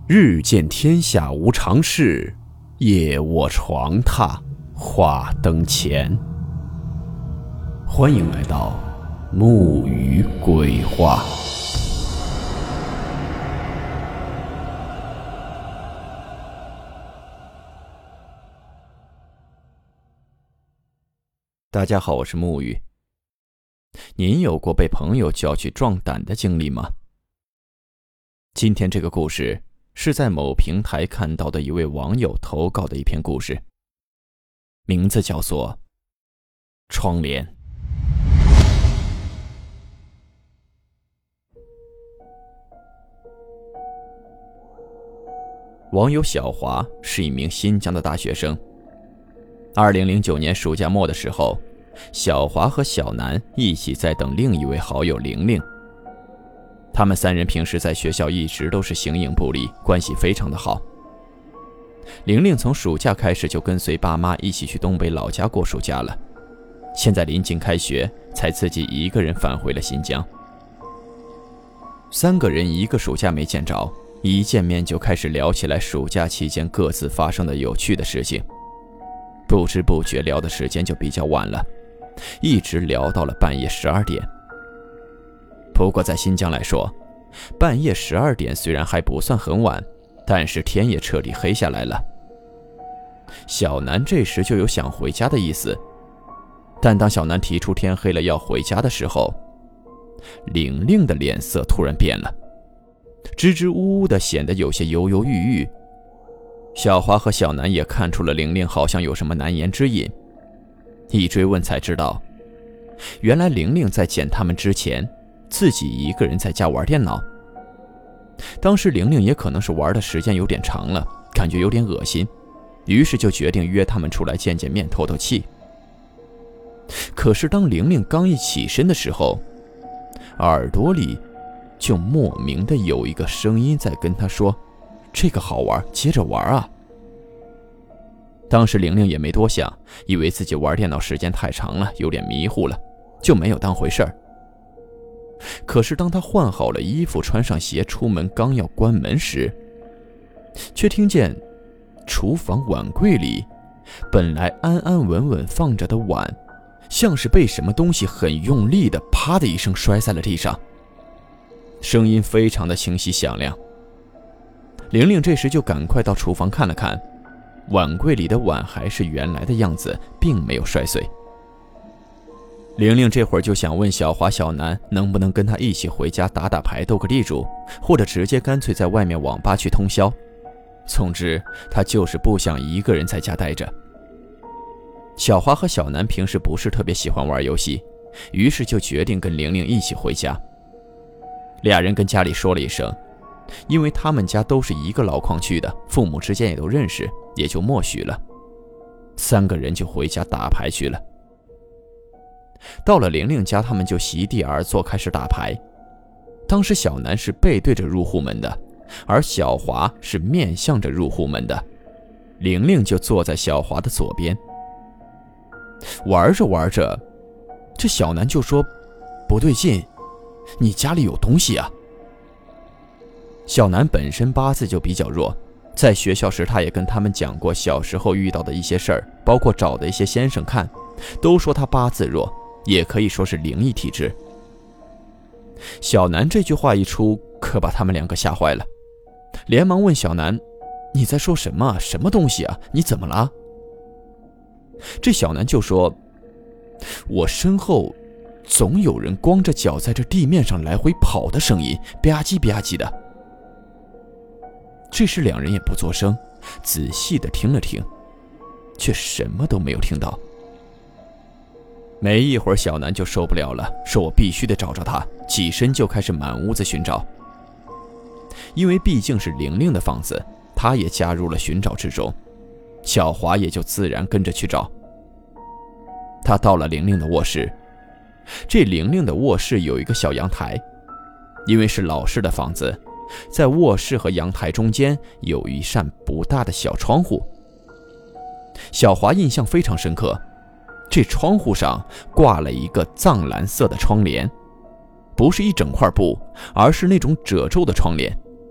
日见天下无常事，夜卧床榻话灯前。欢迎来到木鱼鬼话。大家好，我是木鱼。您有过被朋友叫去壮胆的经历吗？今天这个故事是在某平台看到的一位网友投稿的一篇故事，名字叫做窗帘。网友小华是一名新疆的大学生。2009年暑假末的时候，小华和小南一起在等另一位好友玲玲。他们三人平时在学校一直都是形影不离，关系非常的好。玲玲从暑假开始就跟随爸妈一起去东北老家过暑假了，现在临近开学才自己一个人返回了新疆。三个人一个暑假没见着，一见面就开始聊起来暑假期间各自发生的有趣的事情。不知不觉聊的时间就比较晚了，一直聊到了半夜12点。不过在新疆来说，半夜12点虽然还不算很晚，但是天也彻底黑下来了。小南这时就有想回家的意思，但当小南提出天黑了要回家的时候，玲玲的脸色突然变了，支支吾吾的，显得有些犹犹豫豫。小华和小南也看出了玲玲好像有什么难言之隐，一追问才知道，原来玲玲在见他们之前自己一个人在家玩电脑。当时玲玲也可能是玩的时间有点长了，感觉有点恶心，于是就决定约他们出来见见面透透气。可是当玲玲刚一起身的时候，耳朵里就莫名的有一个声音在跟她说，这个好玩，接着玩啊。当时玲玲也没多想，以为自己玩电脑时间太长了，有点迷糊了，就没有当回事儿。可是当她换好了衣服，穿上鞋出门，刚要关门时，却听见厨房碗柜里本来安安稳稳放着的碗，像是被什么东西很用力的啪的一声摔在了地上，声音非常的清晰响亮。玲玲这时就赶快到厨房看了看，碗柜里的碗还是原来的样子，并没有摔碎。玲玲这会儿就想问小华小南能不能跟她一起回家打打牌斗个地主，或者直接干脆在外面网吧去通宵。总之她就是不想一个人在家待着。小华和小南平时不是特别喜欢玩游戏，于是就决定跟玲玲一起回家。俩人跟家里说了一声，因为他们家都是一个老矿区的，父母之间也都认识，也就默许了。三个人就回家打牌去了。到了玲玲家，他们就席地而坐，开始打牌。当时小南是背对着入户门的，而小华是面向着入户门的，玲玲就坐在小华的左边。玩着玩着，这小南就说，不对劲，你家里有东西啊。小南本身八字就比较弱，在学校时他也跟他们讲过小时候遇到的一些事儿，包括找的一些先生看，都说他八字弱，也可以说是灵异体质。小南这句话一出，可把他们两个吓坏了，连忙问小南，你在说什么？什么东西啊？你怎么了？这小南就说，我身后总有人光着脚在这地面上来回跑的声音，吧唧吧唧的。这时两人也不作声，仔细地听了听，却什么都没有听到。没一会儿，小南就受不了了，说我必须得找着他，起身就开始满屋子寻找。因为毕竟是玲玲的房子，他也加入了寻找之中，小华也就自然跟着去找。他到了玲玲的卧室，这玲玲的卧室有一个小阳台，因为是老式的房子，在卧室和阳台中间有一扇不大的小窗户。小华印象非常深刻，这窗户上挂了一个藏蓝色的窗帘，不是一整块布，而是那种褶皱的窗帘，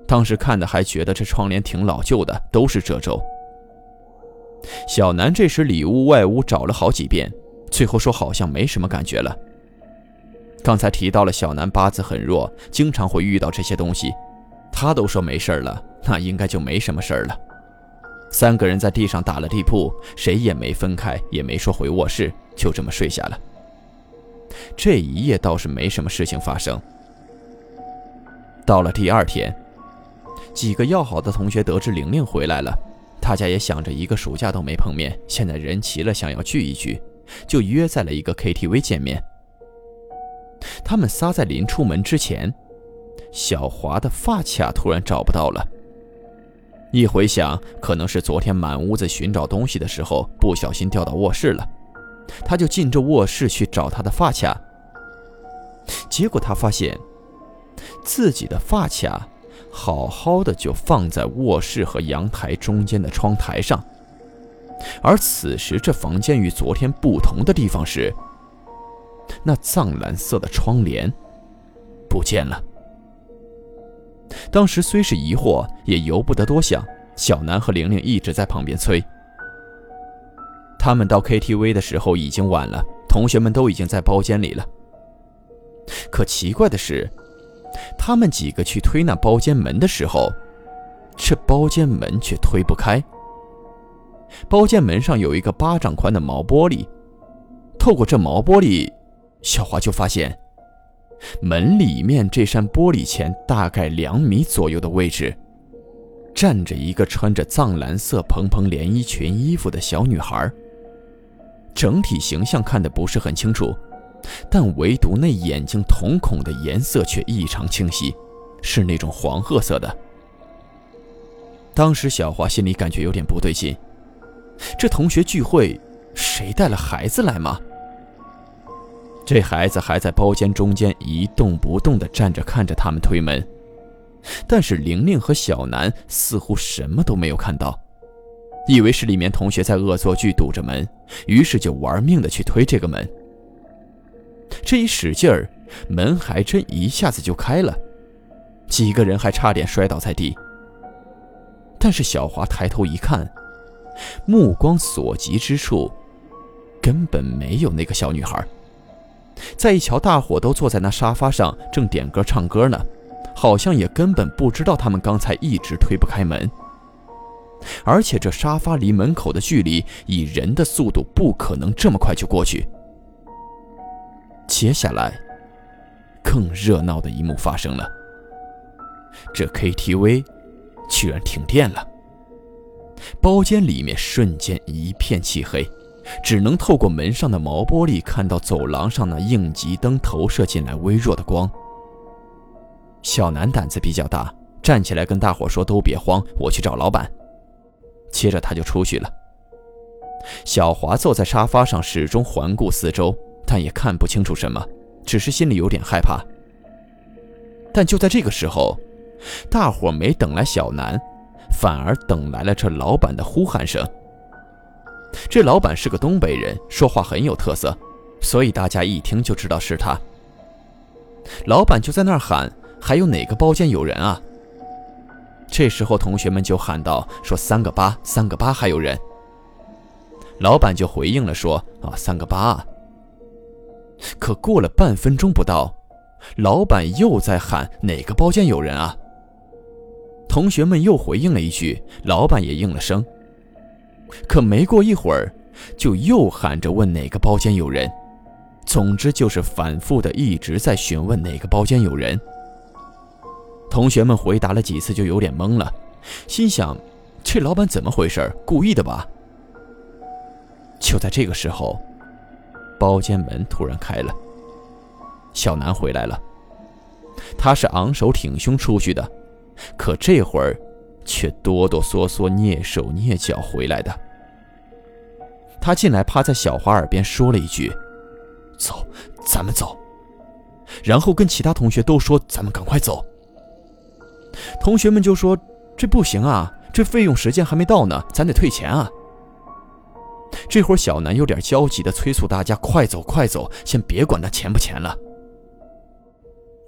当时看的还觉得这窗帘挺老旧的，都是褶皱。小南这时里屋外屋找了好几遍，最后说好像没什么感觉了。刚才提到了小南八字很弱，经常会遇到这些东西，他都说没事了，那应该就没什么事了。3个人在地上打了地铺，谁也没分开，也没说回卧室，就这么睡下了。这一夜倒是没什么事情发生。到了第2天，几个要好的同学得知玲玲回来了，大家也想着一个暑假都没碰面，现在人齐了，想要聚一聚，就约在了一个 KTV 见面。他们仨在临出门之前，小华的发卡突然找不到了。一回想，可能是昨天满屋子寻找东西的时候不小心掉到卧室了，他就进这卧室去找他的发卡。结果他发现自己的发卡好好的就放在卧室和阳台中间的窗台上，而此时这房间与昨天不同的地方是，那藏蓝色的窗帘不见了。当时虽是疑惑，也由不得多想，小南和玲玲一直在旁边催。他们到 KTV 的时候已经晚了，同学们都已经在包间里了。可奇怪的是，他们几个去推那包间门的时候，这包间门却推不开。包间门上有一个巴掌宽的毛玻璃，透过这毛玻璃，小华就发现门里面这扇玻璃前大概2米左右的位置，站着一个穿着藏蓝色蓬蓬连衣裙衣服的小女孩。整体形象看得不是很清楚，但唯独那眼睛瞳孔的颜色却异常清晰，是那种黄褐色的。当时小华心里感觉有点不对劲，这同学聚会谁带了孩子来吗？这孩子还在包间中间一动不动地站着看着他们推门，但是玲玲和小南似乎什么都没有看到，以为是里面同学在恶作剧堵着门，于是就玩命地去推这个门。这一使劲儿，门还真一下子就开了，几个人还差点摔倒在地。但是小华抬头一看，目光所及之处根本没有那个小女孩。再一瞧，大伙都坐在那沙发上正点歌唱歌呢，好像也根本不知道他们刚才一直推不开门。而且这沙发离门口的距离，以人的速度不可能这么快就过去。接下来更热闹的一幕发生了，这 KTV 居然停电了，包间里面瞬间一片漆黑，只能透过门上的毛玻璃看到走廊上那应急灯投射进来微弱的光。小南胆子比较大，站起来跟大伙说都别慌，我去找老板。接着他就出去了。小华坐在沙发上始终环顾四周，但也看不清楚什么，只是心里有点害怕。但就在这个时候，大伙没等来小南，反而等来了这老板的呼喊声。这老板是个东北人，说话很有特色，所以大家一听就知道是他。老板就在那儿喊，还有哪个包间有人啊？这时候同学们就喊道，说3个8 3个8还有人。老板就回应了说3个8啊。可过了半分钟不到，老板又在喊哪个包间有人啊？同学们又回应了一句，老板也应了声。可没过一会儿，就又喊着问哪个包间有人。总之就是反复的一直在询问哪个包间有人。同学们回答了几次就有点懵了，心想这老板怎么回事，故意的吧？就在这个时候，包间门突然开了，小南回来了。他是昂首挺胸出去的，可这会儿却哆哆嗦嗦蹑手蹑脚回来的。他进来趴在小华耳边说了一句，走，咱们走，然后跟其他同学都说咱们赶快走。同学们就说这不行啊，这费用时间还没到呢，咱得退钱啊。这会儿小南有点焦急地催促大家快走快走，先别管那钱不钱了。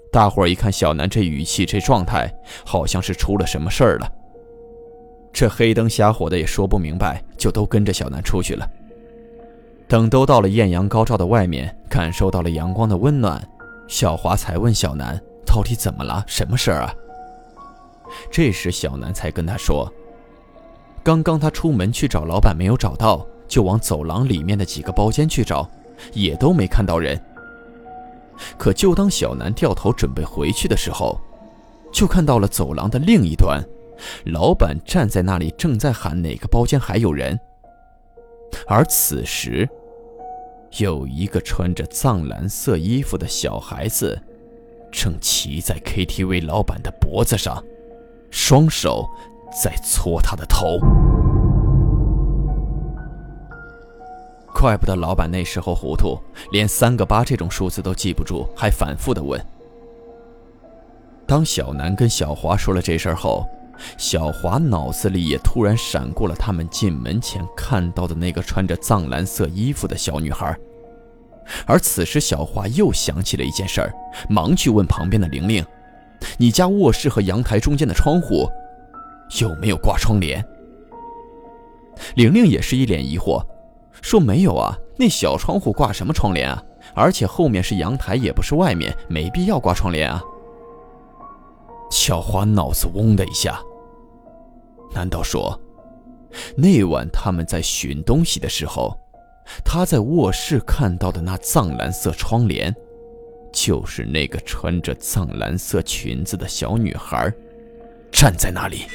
大伙儿一看小南这语气这状态，好像是出了什么事儿了。这黑灯瞎火的也说不明白，就都跟着小南出去了。等都到了艳阳高照的外面，感受到了阳光的温暖，小华才问小南到底怎么了，什么事儿啊？这时小南才跟他说，刚刚他出门去找老板没有找到，就往走廊里面的几个包间去找，也都没看到人。可就当小南掉头准备回去的时候，就看到了走廊的另一端，老板站在那里正在喊哪个包间还有人。而此时有一个穿着藏蓝色衣服的小孩子正骑在 KTV 老板的脖子上，双手在搓他的头。怪不得老板那时候糊涂，连3个8这种数字都记不住，还反复地问。当小南跟小华说了这事儿后，小华脑子里也突然闪过了他们进门前看到的那个穿着藏蓝色衣服的小女孩。而此时小华又想起了一件事儿，忙去问旁边的玲玲，你家卧室和阳台中间的窗户有没有挂窗帘？玲玲也是一脸疑惑，说没有啊，那小窗户挂什么窗帘啊？而且后面是阳台，也不是外面，没必要挂窗帘啊。小华脑子嗡的一下，难道说那晚他们在寻东西的时候，他在卧室看到的那藏蓝色窗帘，就是那个穿着藏蓝色裙子的小女孩站在那里？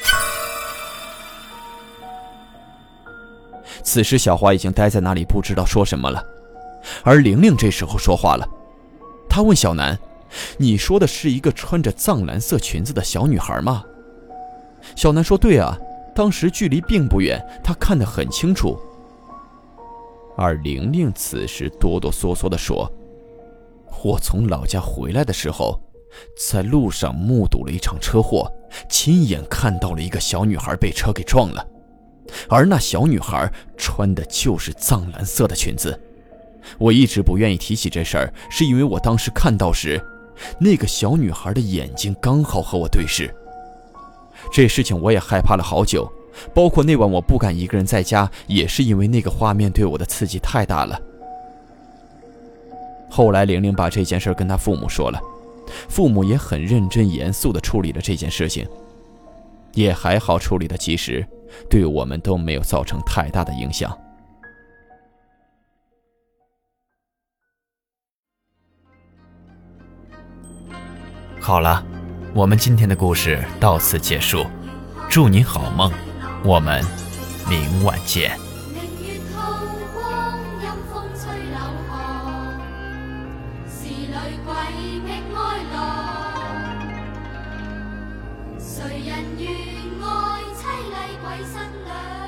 此时小华已经呆在那里，不知道说什么了。而玲玲这时候说话了，她问小南，你说的是一个穿着藏蓝色裙子的小女孩吗？小南说，对啊，当时距离并不远，她看得很清楚。而玲玲此时哆哆嗦嗦地说，我从老家回来的时候，在路上目睹了一场车祸，亲眼看到了一个小女孩被车给撞了，而那小女孩穿的就是藏蓝色的裙子。我一直不愿意提起这事儿，是因为我当时看到时，那个小女孩的眼睛刚好和我对视。这事情我也害怕了好久，包括那晚我不敢一个人在家，也是因为那个画面对我的刺激太大了。后来玲玲把这件事跟她父母说了，父母也很认真严肃地处理了这件事情，也还好处理得及时，对我们都没有造成太大的影响。好了，我们今天的故事到此结束，祝您好梦，我们明晚见。 谁人愿爱凄厉鬼新娘？